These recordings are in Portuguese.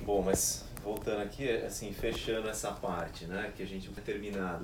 Bom, mas voltando aqui, assim, fechando essa parte, né, que a gente vai terminado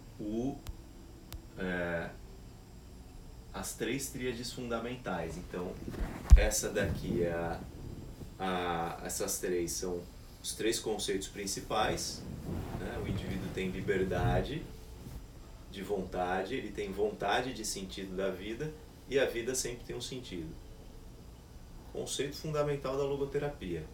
é, as três tríades fundamentais. Então, essa daqui é essas três são os três conceitos principais, né? O indivíduo tem liberdade de vontade, ele tem vontade de sentido da vida e a vida sempre tem um sentido. Conceito fundamental da logoterapia.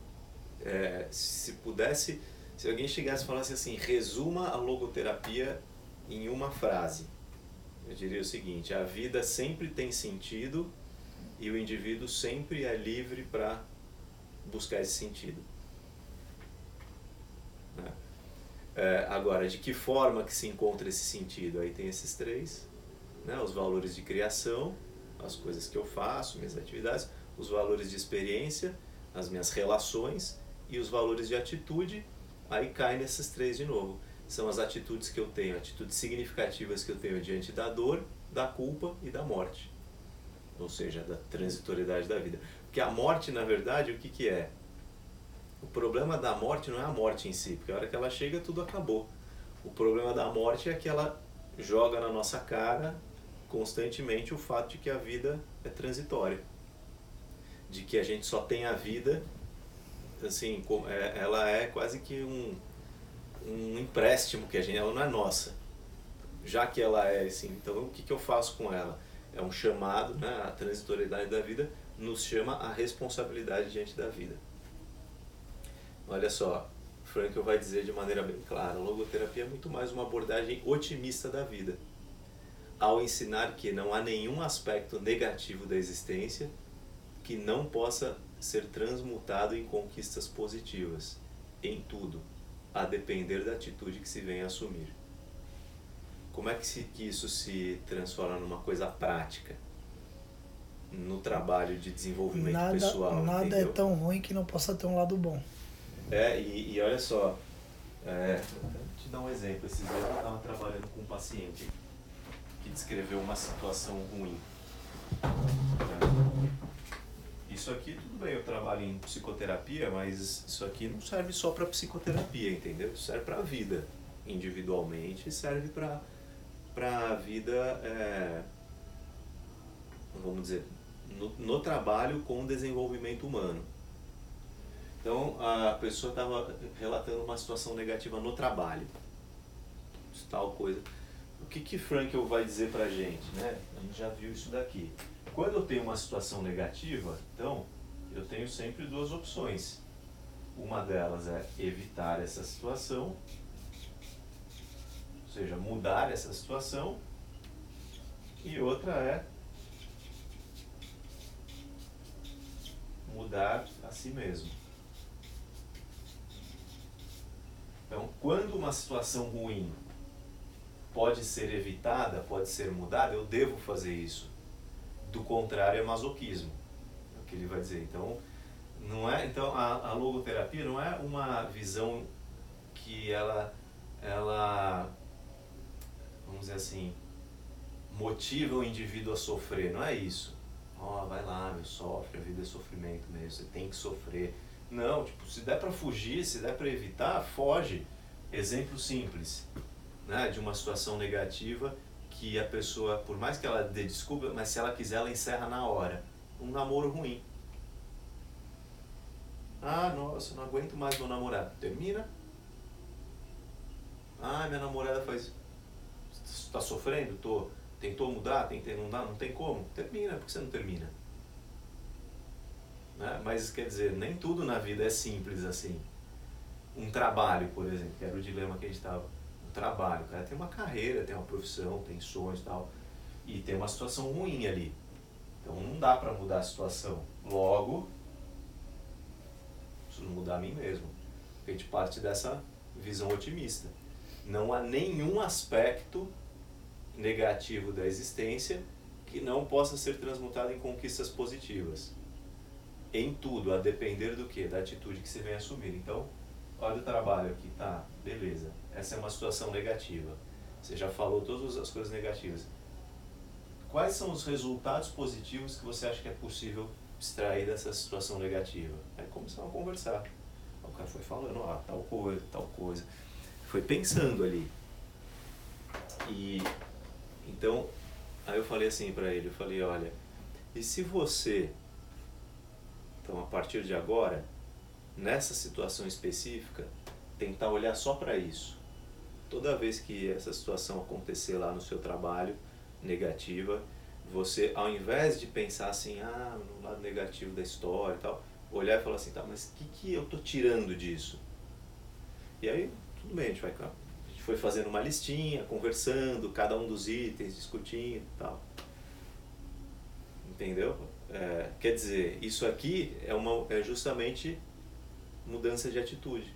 Se pudesse, se alguém chegasse e falasse assim, resuma a logoterapia em uma frase, eu diria o seguinte: a vida sempre tem sentido e o indivíduo sempre é livre para buscar esse sentido. Agora, de que forma que se encontra esse sentido? Aí tem esses três, né? Os valores de criação, as coisas que eu faço, minhas atividades, os valores de experiência, as minhas relações e os valores de atitude. Aí cai nesses três de novo. São as atitudes que eu tenho, atitudes significativas que eu tenho diante da dor, da culpa e da morte. Ou seja, da transitoriedade da vida. Porque a morte, na verdade, o que é? O problema da morte não é a morte em si, porque a hora que ela chega, tudo acabou. O problema da morte é que ela joga na nossa cara constantemente o fato de que a vida é transitória. De que a gente só tem a vida, assim, ela é quase que um empréstimo que ela não é nossa. Já que ela é assim, então o que eu faço com ela? É um chamado, né? A transitoriedade da vida nos chama a responsabilidade diante da vida. Olha só, Frankl vai dizer de maneira bem clara: a logoterapia é muito mais uma abordagem otimista da vida, ao ensinar que não há nenhum aspecto negativo da existência que não possa ser transmutado em conquistas positivas, em tudo, a depender da atitude que se vem a assumir. Como é que isso se transforma numa coisa prática? No trabalho de desenvolvimento pessoal. Nada entendeu? é tão ruim que não possa ter um lado bom. E olha só, vou te dar um exemplo. Esses dias eu estava trabalhando com um paciente que descreveu uma situação ruim. Isso aqui, tudo bem, eu trabalho em psicoterapia, mas isso aqui não serve só para psicoterapia, entendeu? Isso serve para a vida, individualmente, serve para a vida, vamos dizer, no trabalho com o desenvolvimento humano. Então, a pessoa estava relatando uma situação negativa no trabalho, tal coisa. O que Frankl vai dizer pra gente, né? A gente já viu isso daqui. Quando eu tenho uma situação negativa, então, eu tenho sempre duas opções. Uma delas é evitar essa situação, ou seja, mudar essa situação, e outra é mudar a si mesmo. Então, quando uma situação ruim pode ser evitada, pode ser mudada, eu devo fazer isso. Do contrário, é masoquismo. É o que ele vai dizer. Então, não é, então a logoterapia não é uma visão que ela, vamos dizer assim, motiva o indivíduo a sofrer. Não é isso. Vai lá, meu, sofre, a vida é sofrimento mesmo, você tem que sofrer. Não, tipo, se der para fugir, se der para evitar, foge. Exemplo simples, né, de uma situação negativa que a pessoa, por mais que ela dê desculpa, mas se ela quiser, ela encerra na hora. Um namoro ruim. Nossa, eu não aguento mais meu namorado. Termina. Minha namorada faz... Tá sofrendo? Tô. Tentou mudar? Tentei, não dá? Não tem como? Termina. Por que você não termina? Né? Mas, quer dizer, nem tudo na vida é simples assim. Um trabalho, por exemplo, que era o dilema que a gente estava. Um trabalho, o cara tem uma carreira, tem uma profissão, tem sonhos e tal, e tem uma situação ruim ali. Então não dá para mudar a situação. Logo, preciso mudar a mim mesmo. A gente parte dessa visão otimista. Não há nenhum aspecto negativo da existência que não possa ser transmutado em conquistas positivas. Em tudo, a depender do quê? Da atitude que você vem assumir. Então, olha o trabalho aqui, tá, beleza. Essa é uma situação negativa. Você já falou todas as coisas negativas. Quais são os resultados positivos que você acha que é possível extrair dessa situação negativa? Aí começamos a conversar. cara foi falando, tal coisa. Foi pensando ali. E então, aí eu falei assim pra ele, eu falei, olha, e se você, então a partir de agora, nessa situação específica, tentar olhar só para isso. Toda vez que essa situação acontecer lá no seu trabalho, negativa, você, ao invés de pensar assim, no lado negativo da história e tal, olhar e falar assim, tá, mas o que eu tô tirando disso? E aí, tudo bem, a gente foi fazendo uma listinha, conversando, cada um dos itens, discutindo e tal. Entendeu? Quer dizer, isso aqui é justamente mudança de atitude.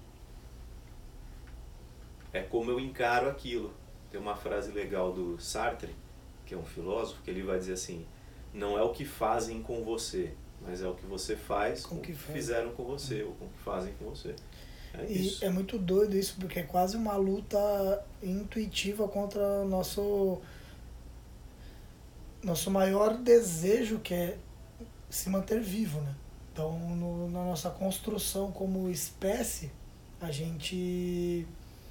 É como eu encaro aquilo. Tem uma frase legal do Sartre, que é um filósofo, que ele vai dizer assim, não é o que fazem com você, mas é o que você faz com o que fizeram com você, ou com o que fazem com você. É muito doido isso, porque é quase uma luta intuitiva contra o nosso maior desejo, que é se manter vivo, né? Então, na nossa construção como espécie, a gente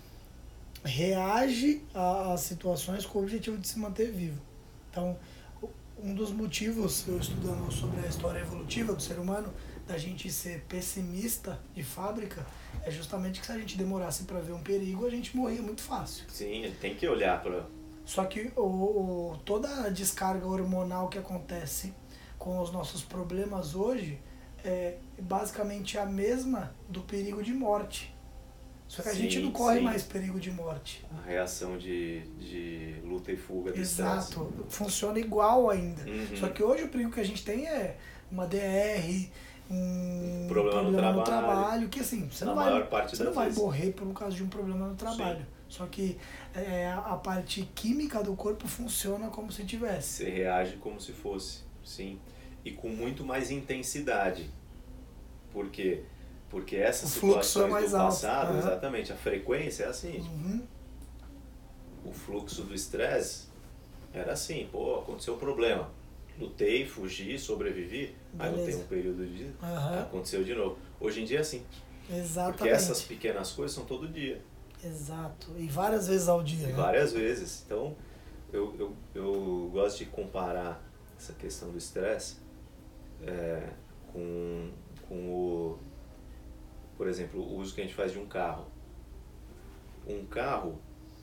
reage às situações com o objetivo de se manter vivo. Então, um dos motivos, eu estudando sobre a história evolutiva do ser humano, da gente ser pessimista de fábrica, é justamente que se a gente demorasse para ver um perigo, a gente morria muito fácil. Sim, tem que olhar para... Só que toda a descarga hormonal que acontece com os nossos problemas hoje é basicamente a mesma do perigo de morte. Só que a gente não corre mais perigo de morte. A reação de luta e fuga do Exato. estresse. Funciona igual ainda. Uhum. Só que hoje o perigo que a gente tem é uma DR, um problema no trabalho, que assim, você não vai vezes. morrer por causa de um problema no trabalho. Sim. Só que a parte química do corpo funciona como se tivesse. Você reage como se fosse, sim. E com muito mais intensidade. Por quê? Porque essas situações do passado, exatamente, a frequência é assim. Uhum. O fluxo do estresse era assim, aconteceu um problema. Lutei, fugi, sobrevivi, aí eu tenho um período de... aconteceu de novo. Hoje em dia é assim. Exatamente. Porque essas pequenas coisas são todo dia. Exato. E várias vezes ao dia. E várias vezes. Então, eu gosto de comparar essa questão do estresse com o... Por exemplo, o uso que a gente faz de um carro. Um carro,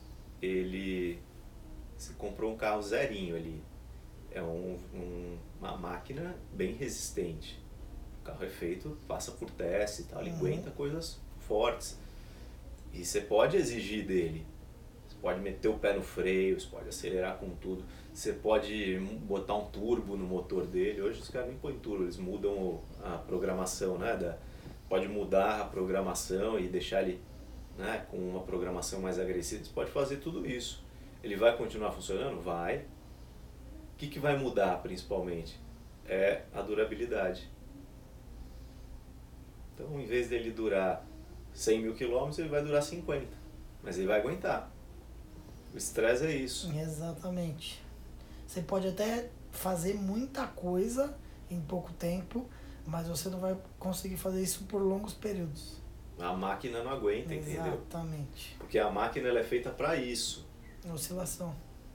você comprou um carro zerinho ali. É uma máquina bem resistente. O carro é feito, passa por teste e tal, ele aguenta coisas fortes. E você pode exigir dele. Você pode meter o pé no freio, você pode acelerar com tudo. Você pode botar um turbo no motor dele. Hoje os caras nem põem turbo, eles mudam a programação, né? Pode mudar a programação e deixar ele, né, com uma programação mais agressiva. Você pode fazer tudo isso. Ele vai continuar funcionando? Vai. O que vai mudar principalmente? É a durabilidade. Então, em vez dele durar 100 mil quilômetros, ele vai durar 50. Mas ele vai aguentar. O estresse é isso. Exatamente. Você pode até fazer muita coisa em pouco tempo, mas você não vai conseguir fazer isso por longos períodos. A máquina não aguenta, entendeu? Exatamente. Porque a máquina ela é feita para isso. Oscilação.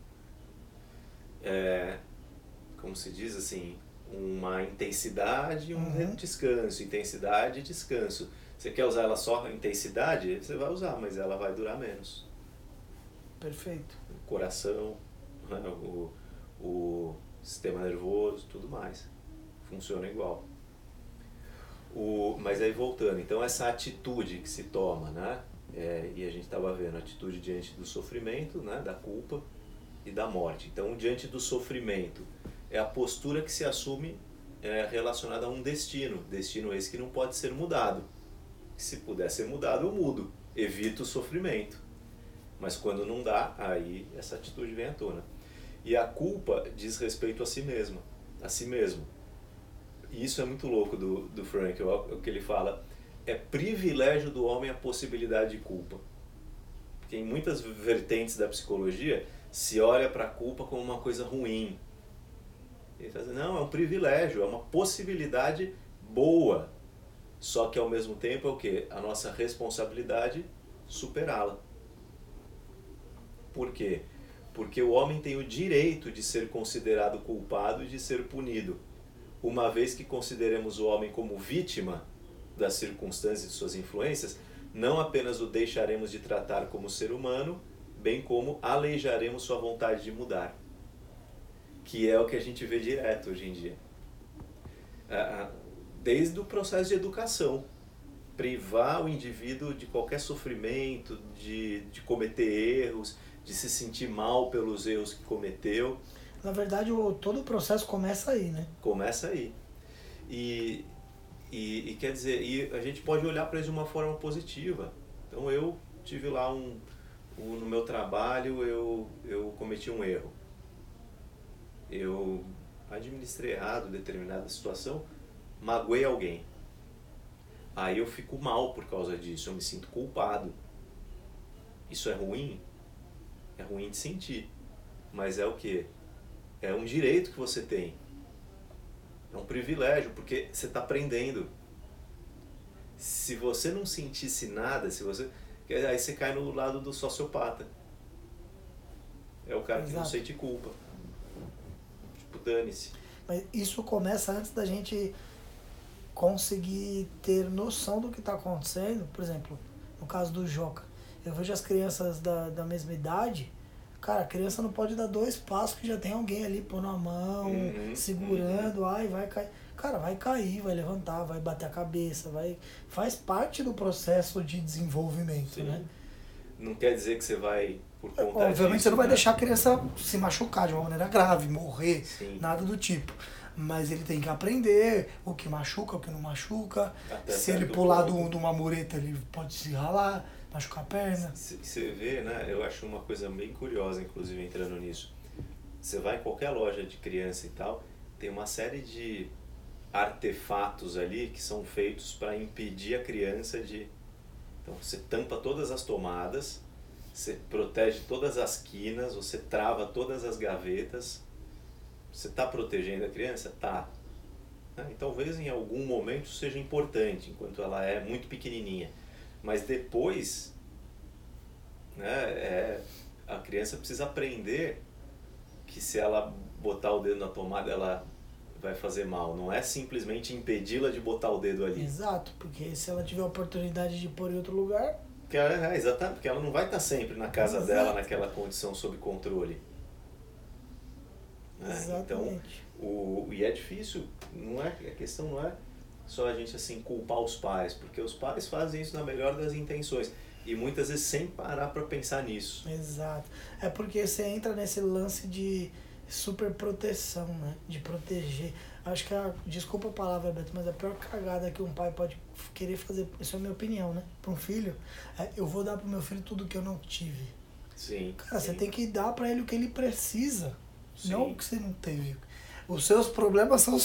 Como se diz assim, uma intensidade e um descanso. Intensidade e descanso. Você quer usar ela só em intensidade? Você vai usar, mas ela vai durar menos. Perfeito. O coração, né, o sistema nervoso, tudo mais. Funciona igual. Mas aí voltando, então essa atitude que se toma, né? E a gente estava vendo a atitude diante do sofrimento, né? Da culpa e da morte. Então, diante do sofrimento, é a postura que se assume relacionada a um destino. Destino esse que não pode ser mudado. Se puder ser mudado, eu mudo. Evito o sofrimento. Mas quando não dá, aí essa atitude vem à tona. E a culpa diz respeito a si mesma, a si mesmo. E isso é muito louco do Frank, o que ele fala, é privilégio do homem a possibilidade de culpa. Porque em muitas vertentes da psicologia, se olha para a culpa como uma coisa ruim. Ele está dizendo, não, é um privilégio, é uma possibilidade boa. Só que ao mesmo tempo é o quê? A nossa responsabilidade superá-la. Por quê? Porque o homem tem o direito de ser considerado culpado e de ser punido. Uma vez que consideremos o homem como vítima das circunstâncias e de suas influências, não apenas o deixaremos de tratar como ser humano, bem como aleijaremos sua vontade de mudar. Que é o que a gente vê direto hoje em dia. Desde o processo de educação. Privar o indivíduo de qualquer sofrimento, de cometer erros, de se sentir mal pelos erros que cometeu. Na verdade, todo o processo começa aí, né? Começa aí. E quer dizer, e a gente pode olhar para isso de uma forma positiva. Então eu tive lá no meu trabalho, eu cometi um erro. Eu administrei errado determinada situação, magoei alguém. Aí eu fico mal por causa disso, eu me sinto culpado. Isso é ruim? É ruim de sentir. Mas é o quê? É um direito que você tem. É um privilégio, porque você está aprendendo. Se você não sentisse nada, aí você cai no lado do sociopata. É o cara que não sente culpa. Tipo, dane-se. Mas isso começa antes da gente conseguir ter noção do que está acontecendo. Por exemplo, no caso do Joca, eu vejo as crianças da mesma idade. Cara, a criança não pode dar 2 passos que já tem alguém ali pondo a mão, segurando, ai, vai cair. Cara, vai cair, vai levantar, vai bater a cabeça, faz parte do processo de desenvolvimento, né? Não quer dizer que você vai, por conta disso... Obviamente você não vai deixar a criança se machucar de uma maneira grave, morrer, nada do tipo. Mas ele tem que aprender o que machuca, o que não machuca. Até se ele pular de uma mureta, ele pode se ralar, machucar a perna. Você vê, né? Eu acho uma coisa bem curiosa, inclusive, entrando nisso. Você vai em qualquer loja de criança e tal, tem uma série de artefatos ali que são feitos para impedir a criança de... Então você tampa todas as tomadas, você protege todas as quinas, você trava todas as gavetas. Você está protegendo a criança? Tá. E talvez em algum momento seja importante, enquanto ela é muito pequenininha. Mas depois, né, a criança precisa aprender que se ela botar o dedo na tomada, ela vai fazer mal. Não é simplesmente impedi-la de botar o dedo ali. Exato, porque se ela tiver a oportunidade de pôr em outro lugar... Exatamente, porque ela não vai estar sempre na casa dela, naquela condição sob controle. Exatamente. Então, e é difícil, a questão não é só a gente assim culpar os pais, porque os pais fazem isso na melhor das intenções e muitas vezes sem parar para pensar nisso. Exato. É porque você entra nesse lance de super proteção, né? De proteger. Acho que desculpa a palavra, Beto, mas a pior cagada que um pai pode querer fazer, isso é a minha opinião, né? Para um filho, eu vou dar pro meu filho tudo que eu não tive. Sim. Cara, você tem que dar para ele o que ele precisa. Não o que você não teve. Os seus problemas são